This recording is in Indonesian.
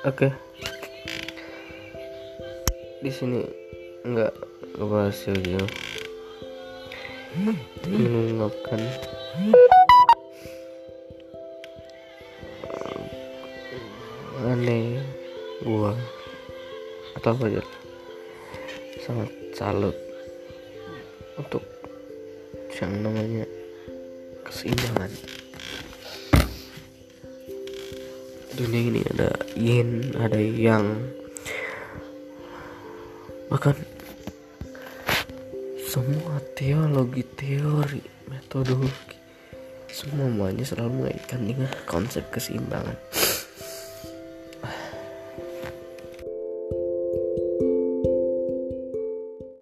Oke, di sini nggak ngebahas jauh-jauh, mengungkapkan aneh gua atau apa aja, sangat salut untuk yang namanya keseimbangan. Dunia ini ada yin, ada yang, bahkan semua teori, metodologi, semuanya selalu mengaitkan dengan konsep keseimbangan.